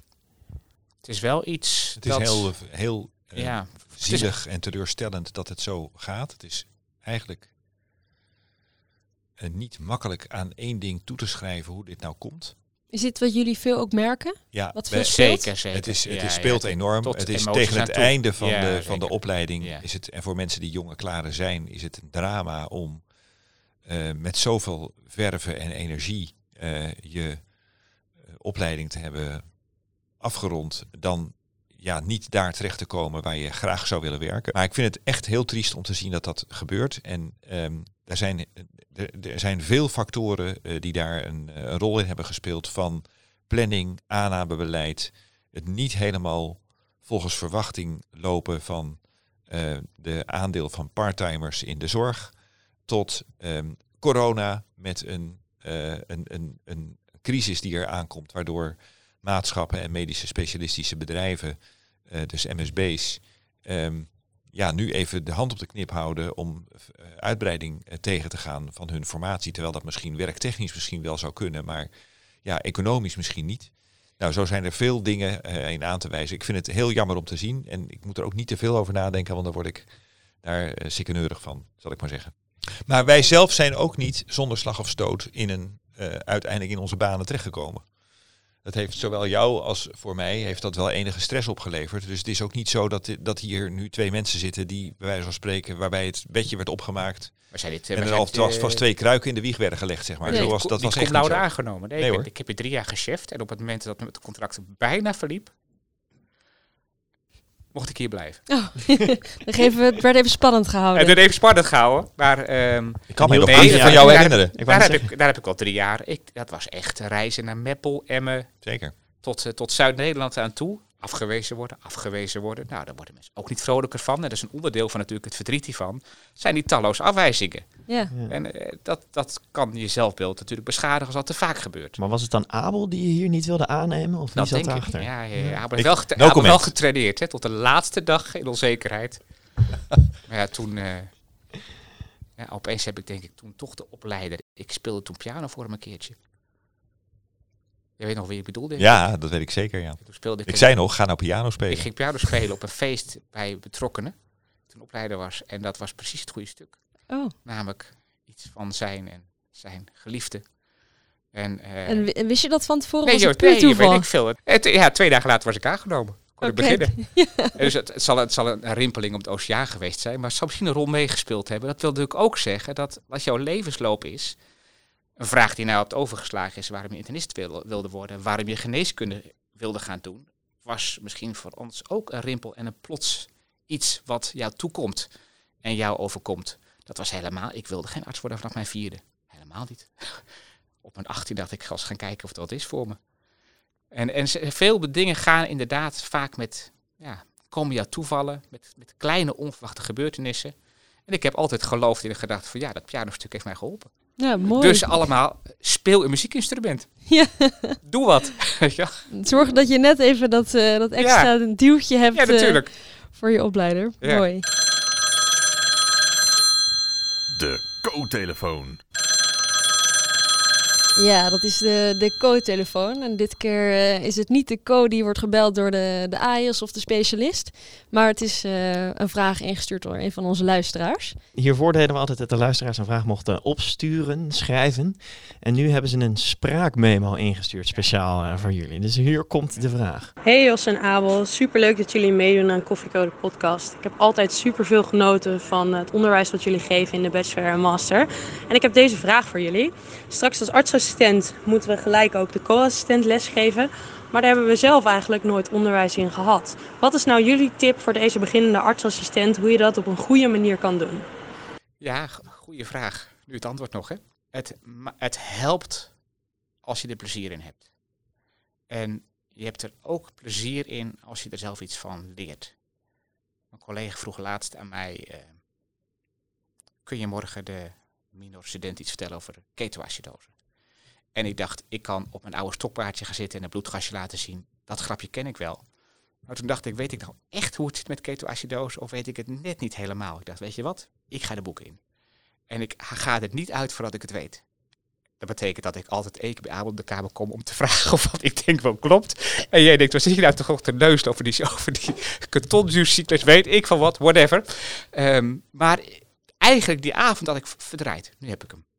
Het is wel iets Het dat, is heel, heel uh, ja, zielig en teleurstellend dat het zo gaat. Het is eigenlijk uh, niet makkelijk aan één ding toe te schrijven hoe dit nou komt. Is dit wat jullie veel ook merken? Ja, Wat wij- veel speelt? zeker, zeker. Het, is, het Ja, is speelt ja, enorm. tot Het is emoties tegen het aan toe. einde van, Ja, de, zeker. van de opleiding. Ja. Is het, en voor mensen die jonge klaren zijn, is het een drama om uh, met zoveel verven en energie uh, je uh, opleiding te hebben afgerond. Dan ja, niet daar terecht te komen waar je graag zou willen werken. Maar ik vind het echt heel triest om te zien dat dat gebeurt. En um, er, zijn, er, er zijn veel factoren uh, die daar een, een rol in hebben gespeeld. Van planning, aannamebeleid, het niet helemaal volgens verwachting lopen van uh, de aandeel van parttimers in de zorg, tot um, corona met een, uh, een, een, een crisis die er aankomt, waardoor maatschappen en medische specialistische bedrijven, uh, dus M S B's, um, ja, nu even de hand op de knip houden om uh, uitbreiding uh, tegen te gaan van hun formatie, terwijl dat misschien werktechnisch misschien wel zou kunnen, maar ja, economisch misschien niet. Nou, zo zijn er veel dingen uh, in aan te wijzen. Ik vind het heel jammer om te zien en ik moet er ook niet te veel over nadenken, want dan word ik daar uh, sikkeneurig van, zal ik maar zeggen. Maar wij zelf zijn ook niet zonder slag of stoot in een, uh, uiteindelijk in onze banen terechtgekomen. Dat heeft zowel jou als voor mij heeft dat wel enige stress opgeleverd. Dus het is ook niet zo dat, dat hier nu twee mensen zitten die bij wijze van spreken, waarbij het bedje werd opgemaakt. We zijn dit, En we er zijn alvast vast, vast twee kruiken in de wieg werden gelegd, zeg maar. Nee, zo was, dat die was echt cum niet laude zo. aangenomen. Nee, Nee, ik, hoor. ben, ik heb hier drie jaar gecheft en op het moment dat het contract bijna verliep, mocht ik hier blijven. Oh, dan geven we het werd even spannend gehouden. En dat even spannend gehouden, maar um, Ik kan me Heel nog nee, brieven ja, van jou daar- herinneren. Ik wou daar, net heb zeggen. ik, daar heb ik al drie jaar. Ik, dat was echt reizen naar Meppel, Emmen, Zeker. tot, uh, tot Zuid-Nederland aan toe. Afgewezen worden, afgewezen worden. Nou, daar worden mensen ook niet vrolijker van. En dat is een onderdeel van natuurlijk het verdriet hiervan. Zijn die talloze afwijzingen. Ja. Ja. En uh, dat, dat kan je zelfbeeld natuurlijk beschadigen als dat te vaak gebeurt. Maar was het dan Abel die je hier niet wilde aannemen? Of wie Dat zat denk ik. erachter? Ja, ja, ja. Abel Ik- heeft wel, geta- no Abel wel comment. getraineerd, hè, tot de laatste dag in onzekerheid. Maar ja, toen... Uh, ja, opeens heb ik denk ik toen toch de opleider... Ik speelde toen piano voor hem een keertje. Je weet nog wie ik bedoelde? denk ik. Ja, dat weet ik zeker, ja. Toen speelde ik... Ik zei nog, ga nou piano spelen. Ik ging piano spelen op een feest bij betrokkenen. Toen opleider was. En dat was precies het goede stuk. Oh. Namelijk iets van zijn en zijn geliefde. En, uh, En, wi- en wist je dat van tevoren? nee, was joh, het puur nee, toeval? weet ik veel. Het, ja, twee dagen later was ik aangenomen. Kon Oké. ik beginnen. En dus het, het, zal, het zal een rimpeling op het oceaan geweest zijn. Maar het zal misschien een rol meegespeeld hebben. Dat wil natuurlijk ook zeggen dat wat jouw levensloop is... Een vraag die nou op het overgeslagen is waarom je internist wil, wilde worden. Waarom je geneeskunde wilde gaan doen. was misschien voor ons ook een rimpel en een plots iets wat jou toekomt en jou overkomt. Dat was helemaal, ik wilde geen arts worden vanaf mijn vierde. Helemaal niet. Op mijn achttien dacht ik, ik ga eens gaan kijken of dat is voor me. En, en veel dingen gaan inderdaad vaak met, ja, komen jou toevallen, met, met kleine onverwachte gebeurtenissen. En ik heb altijd geloofd in de gedachte van, ja, dat pianostuk heeft mij geholpen. Ja, mooi. Dus allemaal, speel een muziekinstrument. Ja. Doe wat. Ja. Zorg dat je net even dat, uh, dat extra Ja. duwtje hebt Ja, natuurlijk. uh, voor je opleider. Ja. Mooi. De Co-telefoon. Ja, dat is de, de co-telefoon. En dit keer uh, is het niet de co die wordt gebeld door de, de A I S of de specialist. Maar het is uh, een vraag ingestuurd door een van onze luisteraars. Hiervoor deden we altijd dat de luisteraars een vraag mochten opsturen, schrijven. En nu hebben ze een spraakmemo ingestuurd, speciaal uh, voor jullie. Dus hier komt de vraag. Hey Jos en Abel, superleuk dat jullie meedoen aan Koffiecode podcast. Ik heb altijd superveel genoten van het onderwijs wat jullie geven in de bachelor en master. En ik heb deze vraag voor jullie. Straks als artsassistent moeten we gelijk ook de co-assistent lesgeven. Maar daar hebben we zelf eigenlijk nooit onderwijs in gehad. Wat is nou jullie tip voor deze beginnende artsassistent, hoe je dat op een goede manier kan doen? Ja, goede vraag. Nu het antwoord nog, hè. Het, het helpt als je er plezier in hebt. En je hebt er ook plezier in als je er zelf iets van leert. Mijn collega vroeg laatst aan mij, uh, kun je morgen de minor student iets vertellen over ketoacidose? En ik dacht, ik kan op mijn oude stokpaardje gaan zitten en een bloedgasje laten zien. Dat grapje ken ik wel. Maar toen dacht ik, weet ik nou echt hoe het zit met ketoacidose of weet ik het net niet helemaal? Ik dacht, weet je wat? Ik ga de boeken in. En ik ga er niet uit voordat ik het weet. Dat betekent dat ik altijd één keer bij Abel op de kamer kom om te vragen of wat ik denk wel klopt. En jij denkt, wat zit je nou toch te neuzen over die, over die ketonzuurcyclus, weet ik van wat, whatever. Um, maar eigenlijk die avond had ik verdraaid. Nu heb ik hem.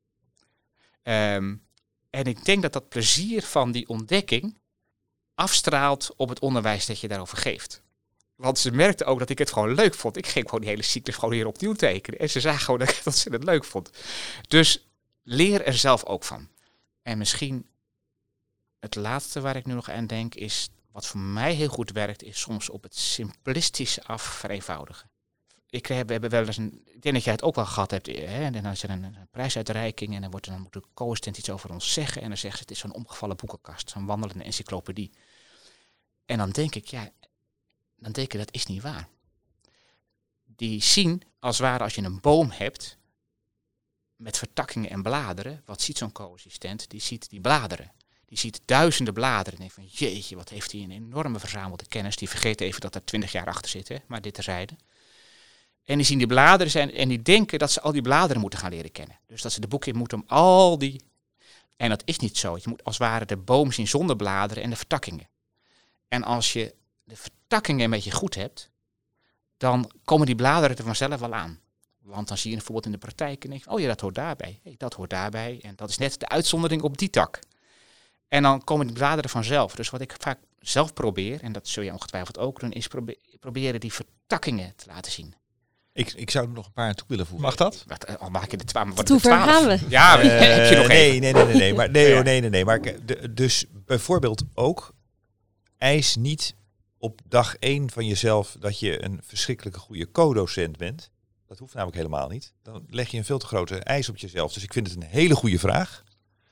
Um, en ik denk dat dat plezier van die ontdekking afstraalt op het onderwijs dat je daarover geeft. Want ze merkten ook dat ik het gewoon leuk vond. Ik ging gewoon die hele cyclus gewoon weer opnieuw tekenen. En ze zagen gewoon dat ik dat ze het leuk vond. Dus leer er zelf ook van. En misschien het laatste waar ik nu nog aan denk is, wat voor mij heel goed werkt, is soms op het simplistische af vereenvoudigen. Ik heb, we hebben wel eens een, ik denk dat jij het ook wel gehad hebt. Hè? En dan is er een, een prijsuitreiking en dan, wordt er, dan moet de co-assistent iets over ons zeggen. En dan zegt ze, het is zo'n omgevallen boekenkast, zo'n wandelende encyclopedie. En dan denk ik, ja, dan denk ik, dat is niet waar. Die zien, als het ware, als je een boom hebt met vertakkingen en bladeren, wat ziet zo'n co-assistent? Die ziet die bladeren. Die ziet duizenden bladeren en denkt van, jeetje, wat heeft hij een enorme verzamelde kennis. Die vergeet even dat er twintig jaar achter zit, hè? Maar dit terzijde. En die zien die bladeren zijn en die denken dat ze al die bladeren moeten gaan leren kennen. Dus dat ze de boek in moeten om al die... En dat is niet zo. Je moet als het ware de boom zien zonder bladeren en de vertakkingen. En als je de vertakkingen een beetje goed hebt, dan komen die bladeren er vanzelf wel aan. Want dan zie je bijvoorbeeld in de praktijk en denk je, oh ja, dat hoort daarbij. Hey, dat hoort daarbij. En dat is net de uitzondering op die tak. En dan komen die bladeren vanzelf. Dus wat ik vaak zelf probeer, en dat zul je ongetwijfeld ook doen, is probe- proberen die vertakkingen te laten zien. Ik, ik zou er nog een paar aan toe willen voegen. Mag dat? Wat, al maak je de twaalf. Hoe ver gaan we? Ja, Uh, heb je nog nee, even? nee, nee, nee, nee, maar nee, Ja. hoor, nee, nee, nee. Maar de, dus bijvoorbeeld ook, eis niet op dag één van jezelf dat je een verschrikkelijke goede co-docent bent. Dat hoeft namelijk helemaal niet. Dan leg je een veel te grote eis op jezelf. Dus ik vind het een hele goede vraag.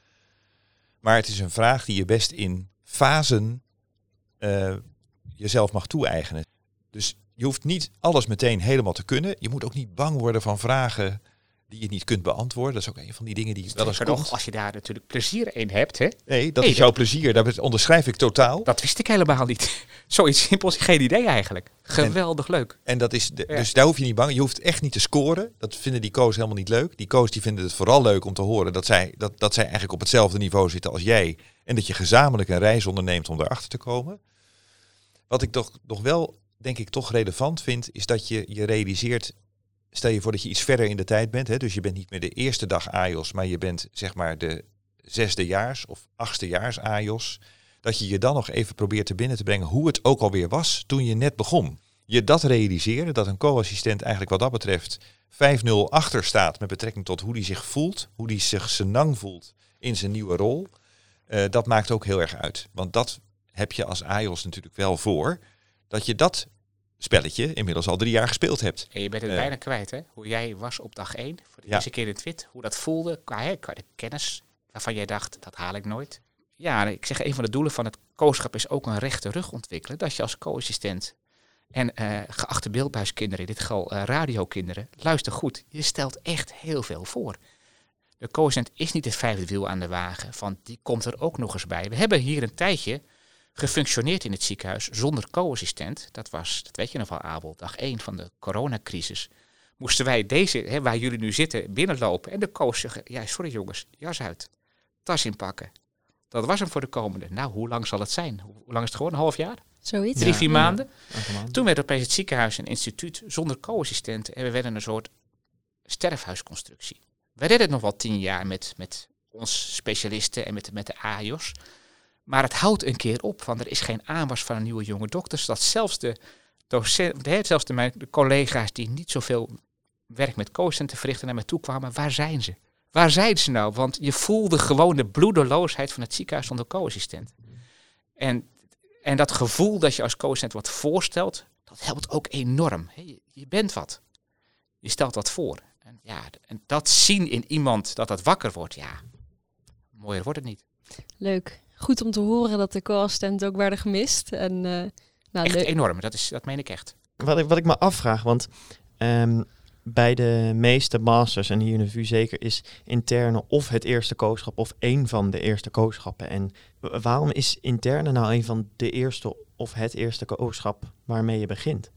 Maar het is een vraag die je best in fasen uh, jezelf mag toe-eigenen. Dus je hoeft niet alles meteen helemaal te kunnen. Je moet ook niet bang worden van vragen die je niet kunt beantwoorden. Dat is ook een van die dingen die wel eens Sterker nog, komt. als je daar natuurlijk plezier in hebt, hè? Nee, dat Nee, is jouw plezier. Dat onderschrijf ik totaal. Dat wist ik helemaal niet. Zoiets simpels, geen idee eigenlijk. Geweldig leuk. En dat is de, Ja. dus daar hoef je niet bang. Je hoeft echt niet te scoren. Dat vinden die coaches helemaal niet leuk. Die coaches die vinden het vooral leuk om te horen dat zij, dat, dat zij eigenlijk op hetzelfde niveau zitten als jij. En dat je gezamenlijk een reis onderneemt om erachter te komen. Wat ik toch nog wel, denk ik, toch relevant vind, is dat je je realiseert. Stel je voor dat je iets verder in de tijd bent. Hè, dus je bent niet meer de eerste dag A I O S, maar je bent zeg maar de zesdejaars of achtstejaars A I O S. Dat je je dan nog even probeert te binnen te brengen hoe het ook alweer was toen je net begon. Je dat realiseren, dat een co-assistent eigenlijk wat dat betreft vijf nul achter staat met betrekking tot hoe die zich voelt, hoe die zich senang voelt in zijn nieuwe rol. Uh, dat maakt ook heel erg uit. Want dat heb je als A J O S natuurlijk wel voor dat je dat spelletje inmiddels al drie jaar gespeeld hebt. En je bent het Uh, bijna kwijt, hè? Hoe jij was op dag één, voor de Ja. eerste keer in het wit. Hoe dat voelde, qua, hè, qua de kennis waarvan jij dacht, dat haal ik nooit. Ja, ik zeg, een van de doelen van het coachschap is ook een rechte rug ontwikkelen. Dat je als co-assistent en uh, geachte beeldbuiskinderen, in dit geval uh, radiokinderen, luister goed, je stelt echt heel veel voor. De co-assistent is niet het vijfde wiel aan de wagen, van die komt er ook nog eens bij. We hebben hier een tijdje gefunctioneerd in het ziekenhuis zonder co-assistent. Dat was, dat weet je nog wel, Abel, dag één van de coronacrisis. Moesten wij deze, hè, waar jullie nu zitten, binnenlopen en de coach zeggen, ja, sorry jongens, jas uit, tas inpakken. Dat was hem voor de komende. Nou, hoe lang zal het zijn? Hoe lang is het geworden? Een half jaar? Zoiets. Drie, Ja. vier maanden? Ja. Toen werd opeens het ziekenhuis een instituut zonder co-assistenten en we werden een soort sterfhuisconstructie. We redden het nog wel tien jaar met, met ons specialisten en met, met de A J O S. Maar het houdt een keer op, want er is geen aanwas van een nieuwe jonge dokter. Zodat zelfs de docenten, zelfs de, mijn, de collega's die niet zoveel werk met co-assistenten verrichten naar mij toe kwamen, waar zijn ze? Waar zijn ze nou? Want je voelde gewoon de bloedeloosheid van het ziekenhuis zonder co-assistent. En, en dat gevoel dat je als co-assistent wat voorstelt, dat helpt ook enorm. He, je, je bent wat. Je stelt wat voor. En, ja, en dat zien in iemand dat dat wakker wordt, ja, mooier wordt het niet. Leuk. Goed om te horen dat de co-assistenten ook werden gemist. En, uh, nou, Echt leuk. enorm, dat, is, dat meen ik echt. Wat ik, wat ik me afvraag, want um, bij de meeste masters, en hier in de V U zeker, is interne of het eerste coachschap of één van de eerste coachschappen. En w- waarom is interne nou een van de eerste of het eerste coachschap waarmee je begint?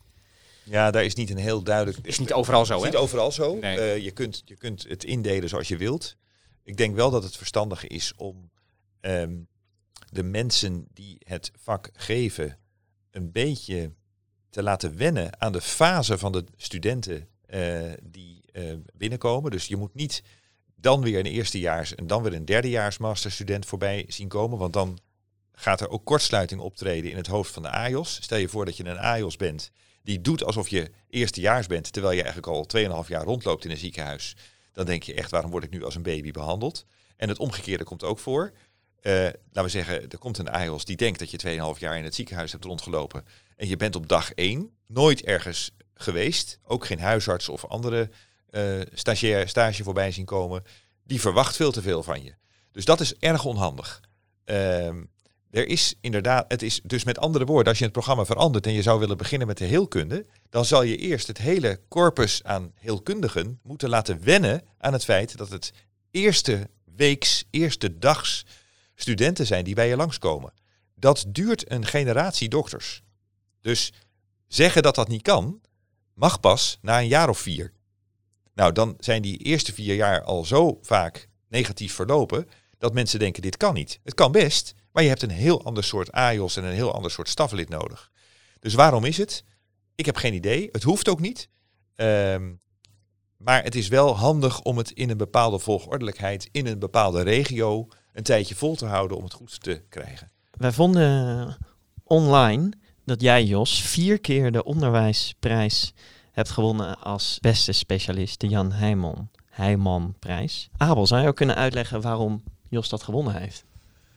Ja, daar is niet een heel duidelijk... Is niet overal zo, is hè? niet overal zo. Nee. Uh, je, kunt, je kunt het indelen zoals je wilt. Ik denk wel dat het verstandig is om um, de mensen die het vak geven een beetje te laten wennen aan de fase van de studenten uh, die uh, binnenkomen. Dus je moet niet dan weer een eerstejaars en dan weer een derdejaars masterstudent voorbij zien komen, want dan gaat er ook kortsluiting optreden in het hoofd van de A J O S. Stel je voor dat je een A J O S bent die doet alsof je eerstejaars bent, terwijl je eigenlijk al tweeënhalf jaar rondloopt in een ziekenhuis. Dan denk je echt, waarom word ik nu als een baby behandeld? En het omgekeerde komt ook voor. Uh, laten we zeggen, er komt een A J O S die denkt dat je tweeënhalf jaar in het ziekenhuis hebt rondgelopen. En je bent op dag één nooit ergens geweest. Ook geen huisarts of andere uh, stagiair, stage voorbij zien komen. Die verwacht veel te veel van je. Dus dat is erg onhandig. Uh, er is inderdaad, het is dus met andere woorden, als je het programma verandert en je zou willen beginnen met de heelkunde, dan zal je eerst het hele corpus aan heelkundigen moeten laten wennen aan het feit dat het eerste weeks, eerste dags studenten zijn die bij je langskomen. Dat duurt een generatie dokters. Dus zeggen dat dat niet kan, mag pas na een jaar of vier. Nou, dan zijn die eerste vier jaar al zo vaak negatief verlopen dat mensen denken, dit kan niet. Het kan best, maar je hebt een heel ander soort A J O S en een heel ander soort staflid nodig. Dus waarom is het? Ik heb geen idee. Het hoeft ook niet. Um, maar het is wel handig om het in een bepaalde volgordelijkheid, in een bepaalde regio, een tijdje vol te houden om het goed te krijgen. Wij vonden online dat jij, Jos, vier keer de onderwijsprijs hebt gewonnen als beste specialist, de Jan Heijman, Heijmanprijs. Abel, zou je ook kunnen uitleggen waarom Jos dat gewonnen heeft?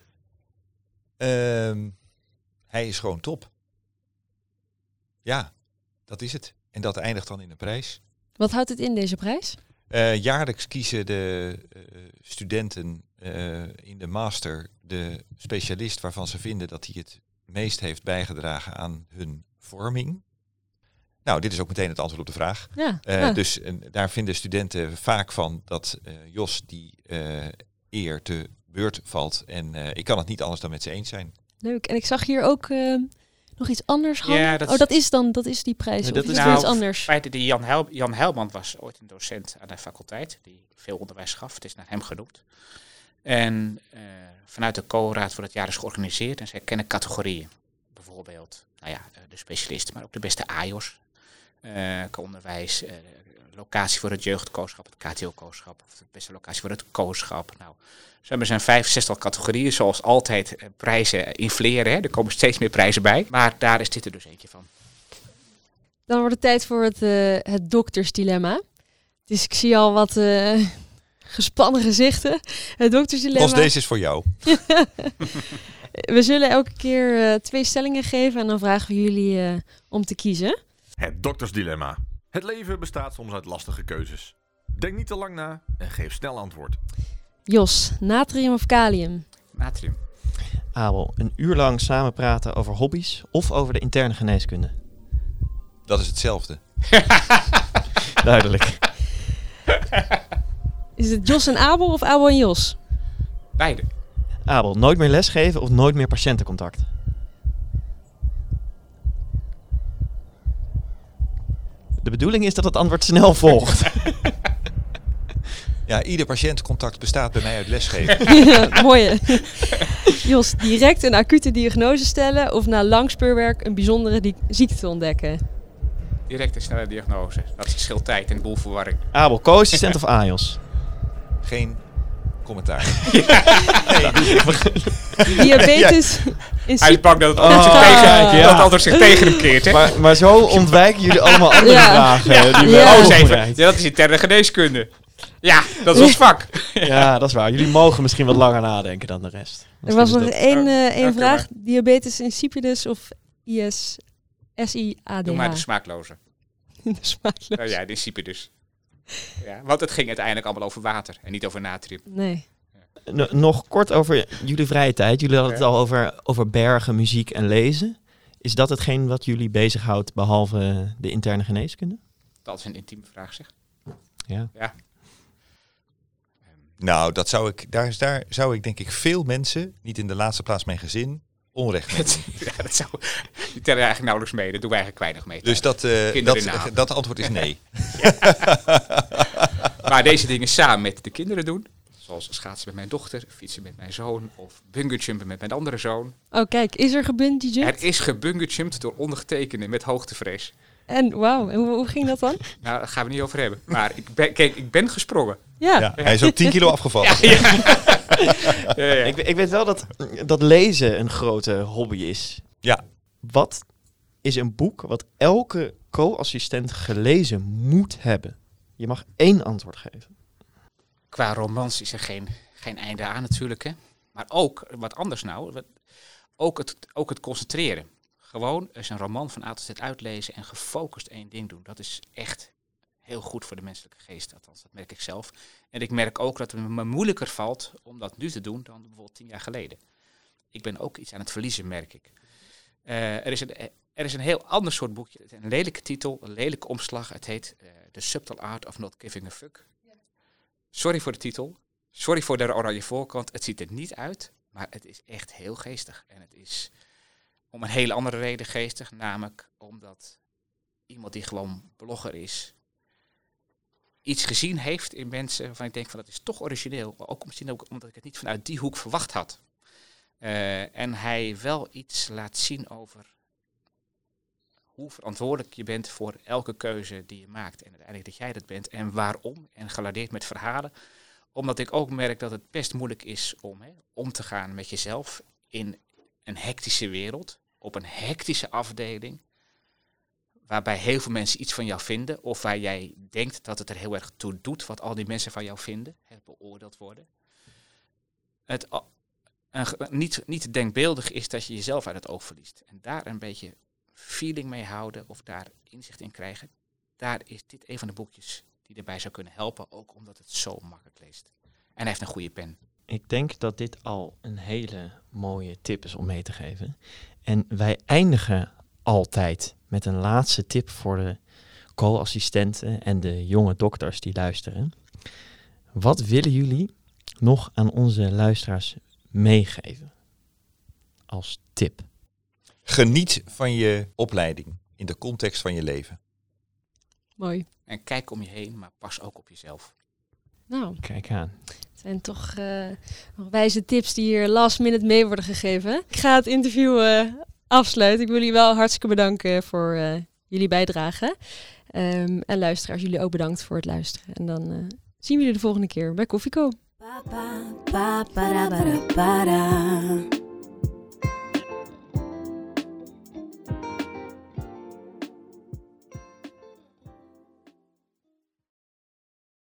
Um, hij is gewoon top. Ja, dat is het. En dat eindigt dan in een prijs. Wat houdt het in, deze prijs? Uh, jaarlijks kiezen de uh, studenten uh, in de master de specialist waarvan ze vinden dat hij het meest heeft bijgedragen aan hun vorming. Nou, dit is ook meteen het antwoord op de vraag. Ja, uh, ja. Dus uh, daar vinden studenten vaak van dat uh, Jos die uh, eer te beurt valt. En uh, ik kan het niet anders dan met ze eens zijn. Leuk. En ik zag hier ook uh, nog iets anders hangen. Ja, dat oh, dat is dan dat is die prijs. Ja, Of dat is is het nou, weer iets anders? Feiten, die Jan, Heil, Jan Heilman was ooit een docent aan de faculteit die veel onderwijs gaf. Het is naar hem genoemd. En uh, vanuit de co-raad wordt het jaar is georganiseerd en zij kennen categorieën. Bijvoorbeeld, nou ja, de specialisten, maar ook de beste A J O S. Uh, onderwijs, uh, locatie voor het jeugdkooschap, het K T O-kooschap, of de beste locatie voor het kooschap. Nou, zo hebben zijn vijfenzestig categorieën, zoals altijd uh, prijzen infleren. Hè. Er komen steeds meer prijzen bij, maar daar is dit er dus eentje van. Dan wordt het tijd voor het, uh, het doktersdilemma. Dus ik zie al wat uh, gespannen gezichten. Het doktersdilemma. Als deze is voor jou. we zullen elke keer uh, twee stellingen geven en dan vragen we jullie uh, om te kiezen. Het doktersdilemma. Het leven bestaat soms uit lastige keuzes. Denk niet te lang na en geef snel antwoord. Jos, natrium of kalium? Natrium. Abel, een uur lang samen praten over hobby's of over de interne geneeskunde? Dat is hetzelfde. Duidelijk. Is het Jos en Abel of Abel en Jos? Beide. Abel, nooit meer lesgeven of nooit meer patiëntencontact? De bedoeling is dat het antwoord snel volgt. Ja, ieder patiëntcontact bestaat bij mij uit lesgeven. Mooie. Jos, direct een acute diagnose stellen of na lang speurwerk een bijzondere di- ziekte ontdekken? Direct een snelle diagnose. Dat scheelt tijd en boelverwarring. Abel, co-assistent of A J O S? Geen commentaar. Nee, Diabetes. Hij is bang dat het antwoord zich, Oh, tegen, kijk, ja. dat het antwoord zich tegen hem keert. Hè? Maar, maar zo ontwijken jullie allemaal andere Ja. vragen. Ja. Die Ja. ja. Oh, eens even. Ja, dat is interne geneeskunde. Ja, dat is ons vak. Ja, dat is waar. Jullie mogen misschien wat langer nadenken dan de rest. Er was nog dat. één, uh, één Oké, vraag. maar. Diabetes insipidus of I S S I A D H? Doe maar de smaakloze. De smaakloos. Nou ja, de insipid dus. Ja, want het ging uiteindelijk allemaal over water en niet over natrium. Nee. N- nog kort over jullie vrije tijd. Jullie hadden het Ja. al over, over bergen, muziek en lezen. Is dat hetgeen wat jullie bezighoudt behalve de interne geneeskunde? Dat is een intieme vraag, zeg. Ja. Ja. Nou, dat zou ik, daar, daar zou ik denk ik veel mensen, niet in de laatste plaats mijn gezin, onrecht mee doen. Ja, dat zou, die tellen eigenlijk nauwelijks mee. Dat doen wij eigenlijk weinig mee. Dus dat, uh, Kinderen in de dat, haven. dat antwoord is nee. Maar deze dingen samen met de kinderen doen. Zoals schaatsen met mijn dochter, fietsen met mijn zoon of bungeejumpen met mijn andere zoon. Oh, kijk, is er gebungee-jumpt? Er is gebungejumpt door ondergetekende met hoogtevrees. En wauw, en hoe, hoe ging dat dan? Nou, daar gaan we niet over hebben. Maar ik ben, kijk, ik ben gesprongen. Ja. Ja, hij is ook tien kilo afgevallen. Ja, ja. ja, ja. Ik, ik weet wel dat, dat lezen een grote hobby is. Ja. Wat is een boek wat elke co-assistent gelezen moet hebben? Je mag één antwoord geven. Qua romans is er geen, geen einde aan natuurlijk. Hè. Maar ook, wat anders nou, wat, ook, het, ook het concentreren. Gewoon eens een roman van A tot Z uitlezen en gefocust één ding doen. Dat is echt heel goed voor de menselijke geest. Althans, dat merk ik zelf. En ik merk ook dat het me moeilijker valt om dat nu te doen dan bijvoorbeeld tien jaar geleden. Ik ben ook iets aan het verliezen, merk ik. Uh, er, is een, er is een heel ander soort boekje. Het is een lelijke titel, een lelijke omslag. Het heet uh, The Subtle Art of Not Giving a Fuck. Sorry voor de titel. Sorry voor de oranje voorkant. Het ziet er niet uit, maar het is echt heel geestig. En het is om een hele andere reden geestig. Namelijk omdat iemand die gewoon blogger is, iets gezien heeft in mensen waarvan ik denk van dat is toch origineel. Ook misschien ook omdat ik het niet vanuit die hoek verwacht had. Uh, en hij wel iets laat zien over hoe verantwoordelijk je bent voor elke keuze die je maakt. En uiteindelijk dat jij dat bent en waarom. En geladeerd met verhalen. Omdat ik ook merk dat het best moeilijk is om hè, om te gaan met jezelf in een hectische wereld. Op een hectische afdeling. Waarbij heel veel mensen iets van jou vinden. Of waar jij denkt dat het er heel erg toe doet wat al die mensen van jou vinden. Hè, beoordeeld worden. Het uh, niet, niet denkbeeldig is dat je jezelf uit het oog verliest. En daar een beetje feeling mee houden of daar inzicht in krijgen. Daar is dit een van de boekjes die erbij zou kunnen helpen. Ook omdat het zo makkelijk leest. En hij heeft een goede pen. Ik denk dat dit al een hele mooie tip is om mee te geven. En wij eindigen altijd met een laatste tip voor de co-assistenten en de jonge dokters die luisteren. Wat willen jullie nog aan onze luisteraars meegeven als tip? Geniet van je opleiding in de context van je leven. Mooi. En kijk om je heen, maar pas ook op jezelf. Nou, kijk aan. Het zijn toch uh, nog wijze tips die hier last minute mee worden gegeven. Ik ga het interview uh, afsluiten. Ik wil jullie wel hartstikke bedanken voor uh, jullie bijdrage. Um, en luisteraars, jullie ook bedankt voor het luisteren. En dan uh, zien we jullie de volgende keer bij Koffieco. Ba, ba, ba, ba, da, ba, da, ba, da.